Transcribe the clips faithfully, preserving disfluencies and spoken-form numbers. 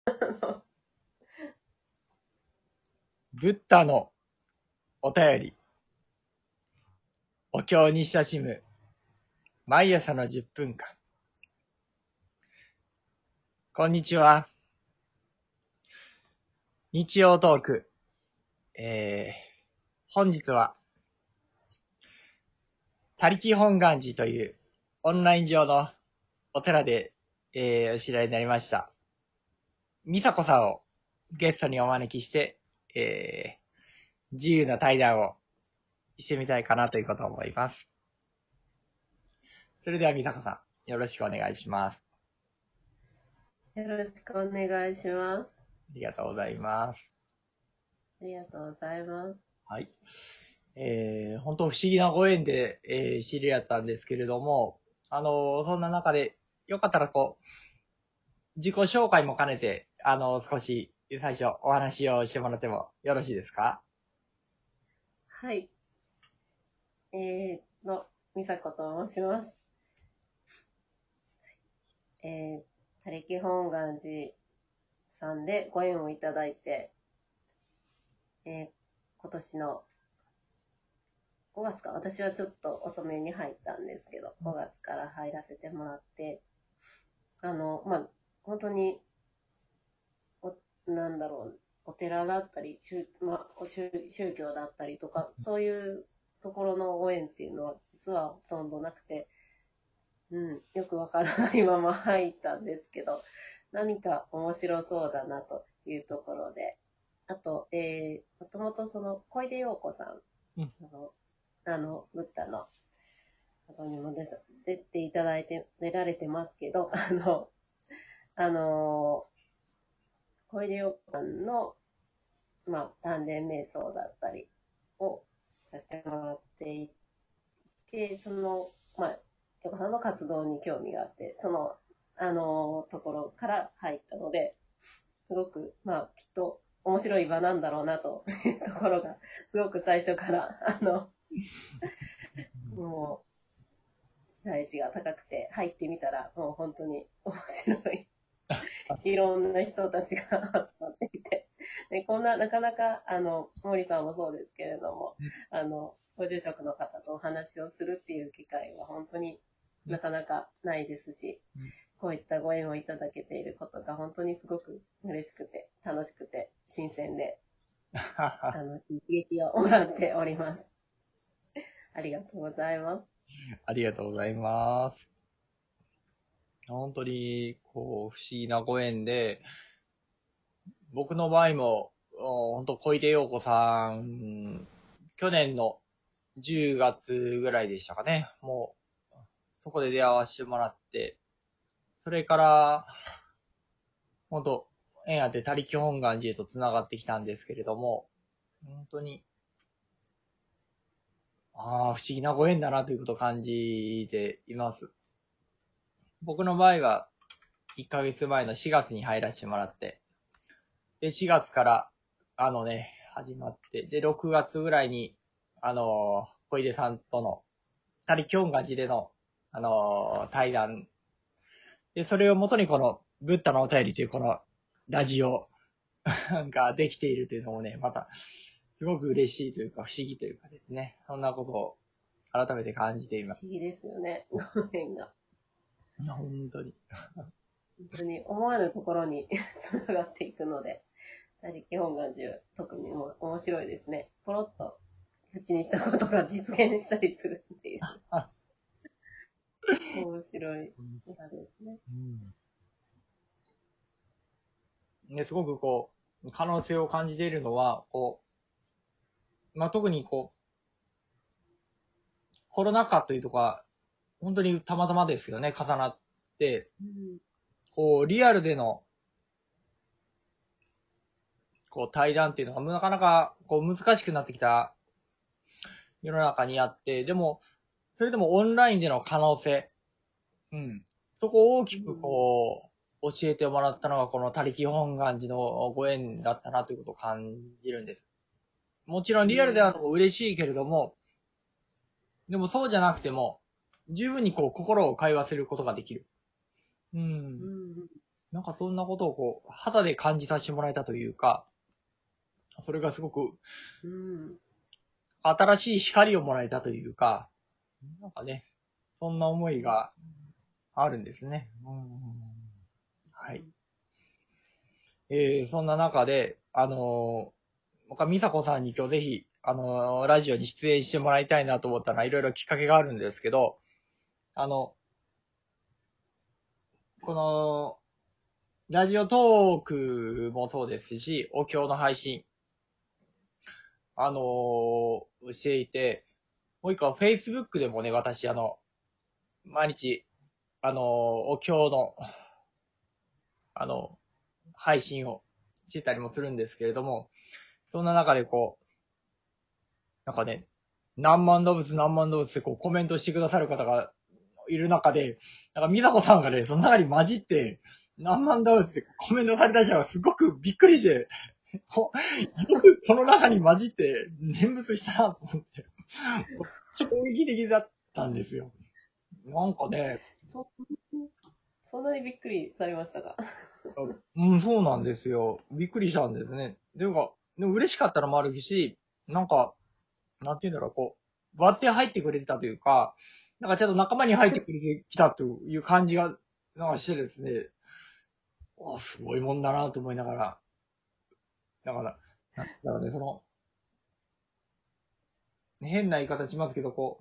ブッダのお便り。お経に親しむ。毎朝のじゅっぷんかん。こんにちは。日曜トーク。えー、本日は、他力本願寺というオンライン上のお寺で、えー、お知り合いになりました。みさこさんをゲストにお招きして、えー、自由な対談をしてみたいかなということを思います。それではみさこさん、よろしくお願いします。 よろしくお願いします。ありがとうございます。 りがとうございます。 はい。えー、本当不思議なご縁で、えー、知り合ったんですけれども、あのー、そんな中で、よかったらこう、自己紹介も兼ねて、あのー、少し、最初お話をしてもらってもよろしいですか？ はい。えーの、みさこと申します。えー、他力本願寺さんでご縁をいただいて、えー、今年のごがつか、私はちょっと遅めに入ったんですけど、ごがつから入らせてもらって、あの、まあ、本当に、お、なんだろう、お寺だったり、宗、まあ、宗、宗教だったりとか、そういうところのご縁っていうのは、実はほとんどなくて、うん、よくわからないまま入ったんですけど、何か面白そうだなというところで、あと、えー、もともとその、小出陽子さん、 うん。 あの、あの、ブッダの、ここにも出出ていただいて、出られてますけど、あの、あの、小出陽子さんの、まあ、丹田瞑想だったりをさせてもらっていて、その、まあ、陽子さんの活動に興味があって、その、あの、ところから入ったので、すごく、まあ、きっと面白い場なんだろうなというところが、すごく最初から、あの、もう、期待値が高くて、入ってみたら、もう本当に面白い。いろんな人たちが集まっていて、で、こんな、なかなか、あの、森さんもそうですけれども、あの、ご住職の方とお話をするっていう機会は本当になかなかないですし、こういったご縁をいただけていることが本当にすごく嬉しくて、楽しくて、新鮮で、あの、いい刺激をもらっております。ありがとうございます。 ありがとうございます。本当に、こう、不思議なご縁で、僕の場合も、本当小出陽子さん、去年のじゅうがつぐらいでしたかね。もう、そこで出会わせてもらって、それから、本当縁あって他力本願寺へと繋がってきたんですけれども、本当に、ああ、不思議なご縁だなということを感じています。僕の場合は、いっかげつまえのしがつに入らせてもらって、で、しがつから、あのね、始まって、で、ろくがつぐらいに、あのー、小出さんとの、他力本願寺での、あのー、対談。で、それをもとにこの、ブッダのお便りというこの、ラジオができているというのもね、また、すごく嬉しいというか、不思議というかですね、そんなことを改めて感じています。 不思議ですよね、ご縁が。 本当に。 本当に思わぬところにつながっていくので、他力本願寺、特にも面白いですね。ポロッと口にしたことが実現したりするっていう。面白い歌ですね。 うん、ですごくこう、可能性を感じているのは、こう、まあ、特にこう、コロナ禍というとか、本当にたまたまですけどね、重なって、 うん、 こう、リアルでの、こう、対談っていうのがなかなか、こう、難しくなってきた世の中にあって、でも、それでもオンラインでの可能性、うん。そこを大きくこう、教えてもらったのが、この他力本願寺のご縁だったなということを感じるんです。もちろんリアルであるのも嬉しいけれども、でもそうじゃなくても、十分にこう、心を通わせることができる。うん。 うん、 なんかそんなことをこう、肌で感じさせてもらえたというか、それがすごく、 うん。 新しい光をもらえたというか、なんかね、そんな思いがあるんですね。はい。えー、そんな中で、あのー、僕は美佐子さんに今日ぜひ、あのー、ラジオに出演してもらいたいなと思ったのは、いろいろきっかけがあるんですけど、あの、この、ラジオトークもそうですし、お経の配信、あのー、していて、もう一個は Facebook でもね、私、あの、毎日、あのー、お経の、あの、配信をしてたりもするんですけれども、そんな中でこう、なんかね、何万動物何万動物ってこうコメントしてくださる方がいる中で、なんか美佐子さんがね、その中に混じって、何万動物ってコメントされた人がすごくびっくりして、よくこの中に混じって念仏したなと思って、衝撃的だったんですよ。なんかね、 そ、そんなにびっくりされましたか？ うん、そうなんですよ。びっくりしたんですね。でも、でも嬉しかったのもあるし、なんか、なんていうんだろう、こう、割って入ってくれてたというか、なんかちょっと仲間に入ってくれてきたという感じが、なんかしてですね、あ、すごいもんだなと思いながら、だから、なんだろうね、その、変な言い方しますけど、こ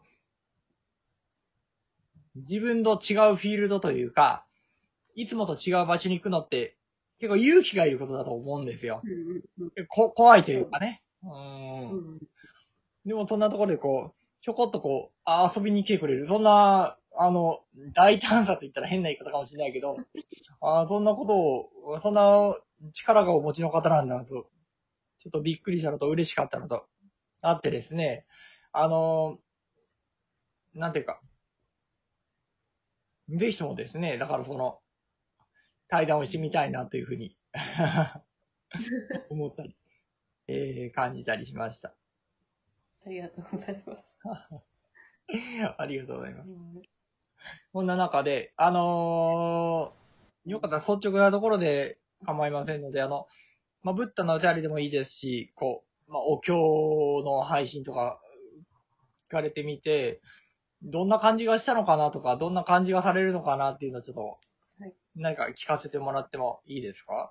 う、自分と違うフィールドというか、いつもと違う場所に行くのって、結構勇気がいることだと思うんですよ。 うんうんこ怖いというかね。うーん。 うん。 でもそんなところでこう、ひょこっとこう、あ遊びに来てくれる。そんな、あの、大胆さと言ったら変な言い方かもしれないけど、あそんなことを、そんな力がお持ちの方なんだなと、ちょっとびっくりしたのと嬉しかったのと、あってですね、あの、なんていうか、ぜひともですね、だからその、対談をしてみたいなというふうに思ったり、えー、感じたりしました。 ありがとうございます。 ありがとうございます。 うん、 こんな中で、あのー、よかったら率直なところで構いませんので、あの、まあ、ブッダのお便りでもいいですし、こう、まあ、お経の配信とか聞かれてみて、どんな感じがしたのかなとか、どんな感じがされるのかなっていうのをちょっと、 はい、 何か聞かせてもらってもいいですか？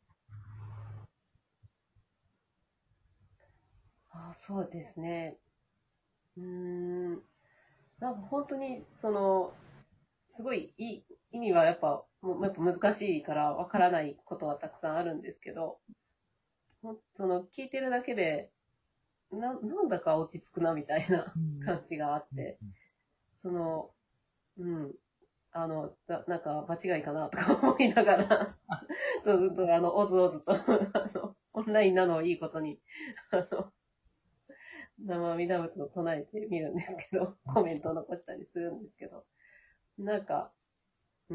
あ、そうですね。うーん。なんか本当に、その、すごいいい意味はやっぱ、もうやっぱ難しいからわからないことはたくさんあるんですけど、ほんその聞いてるだけで、な、なんだか落ち着くなみたいな感じがあって、その、うん、あの、だなんか間違いかなとか思いながら、そうずっとあの、おずおずと、あの、オンラインなのをいいことに、あの、生阿弥陀仏を唱えてみるんですけど、コメントを残したりするんですけど、なんか、うん、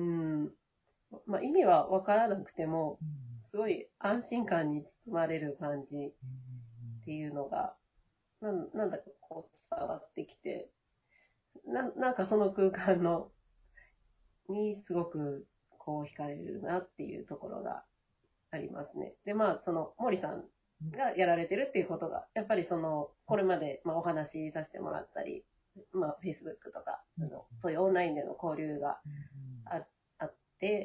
まあ、意味はわからなくても、すごい安心感に包まれる感じっていうのが、なん、なんだかこう伝わってきて、な、なんかその空間の、にすごくこう惹かれるなっていうところがありますね。で、まあ、その、森さんがやられてるっていうことが、やっぱりその、これまで、まあ、お話しさせてもらったり、まあ、Facebook とか、あのそういうオンラインでの交流がああって、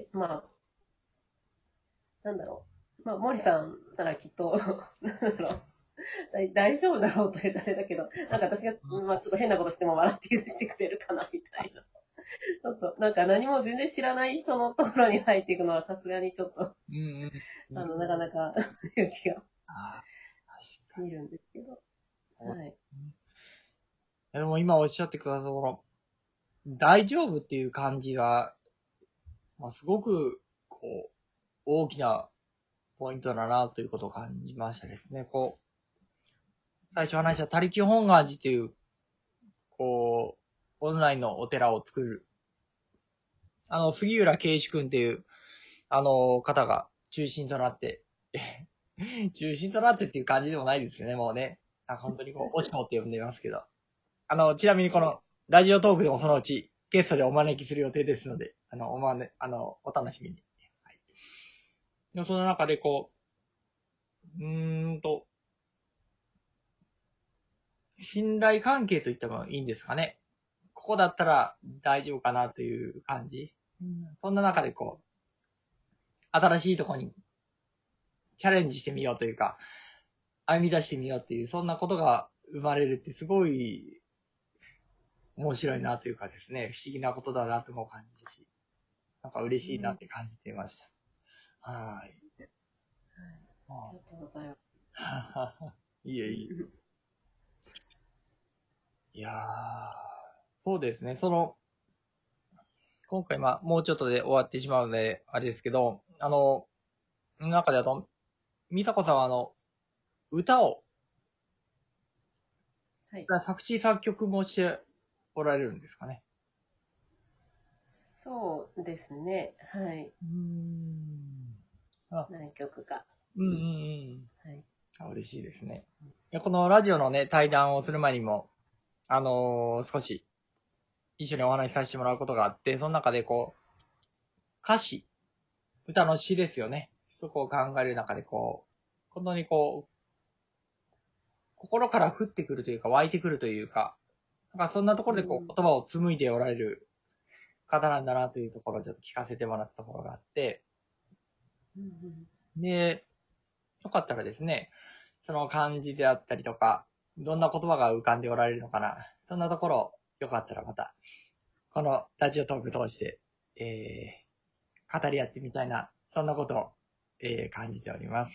まあ、なんだろう。まあ、森さんならきっと、なんだろう。大大丈夫だろうと言ったらあれだけど、なんか私が、まあ、ちょっと変なことしても笑って許してくれるかな、みたいな。ちょっと、なんか何も全然知らない人のところに入っていくのはさすがにちょっと、 うんうんうん。 あの、なかなか勇気がああ、確かいるんですけど。 に。 はい。 でも今おっしゃってくださったこの、大丈夫っていう感じが、まあ、すごく、こう、大きなポイントだなということを感じましたですね。こう、最初話した他力本願寺という、こう、オンラインのお寺を作る。あの、杉浦圭一君っていう、あの、方が中心となって、中心となってっていう感じでもないですよね、もうね。あ、本当にこう、おしこって呼んでいますけど。あの、ちなみにこの、ラジオトークでもそのうち、ゲストでお招きする予定ですので、あの、おまね、あの、お楽しみに。はい。 でその中でこう、うーんと、信頼関係と言ってもいいんですかね。ここだったら大丈夫かなという感じ。うん、そんな中でこう、新しいところにチャレンジしてみようというか、歩み出してみようっていう、そんなことが生まれるってすごい面白いなというかですね、不思議なことだなとも感じるし、なんか嬉しいなって感じていました。うん、はい。 ありがとうございます。 いえいえ。いやー、そうですね、その、今回まあ、もうちょっとで終わってしまうので、あれですけど、あの、中であと、美佐子さんはあの、歌を、 はい。 作詞作曲もしておられるんですかね。 そうですね。はい。 うーん。あ、 何曲か。 うんうんうん。 はい。 あ、嬉しいですね。いや、このラジオのね、対談をする前にも、あのー少し一緒にお話しさせてもらうことがあって、その中でこう、歌詞、歌の詩ですよね。そこを考える中でこう、本当にこう、心から降ってくるというか、湧いてくるというか、なんかそんなところでこう、 うん言葉を紡いでおられる方なんだなというところをちょっと聞かせてもらったところがあって、 うんうんで、よかったらですね、その漢字であったりとか、どんな言葉が浮かんでおられるのかな。そんなところ、よかったらまた、このラジオトーク通して、えー、語り合ってみたいな、そんなことを、えー、感じております。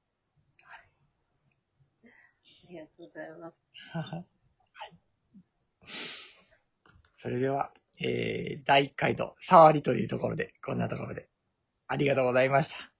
ありがとうございます。 はい。それでは、えー、だいいっかいと、触りというところで、こんなところで、ありがとうございました。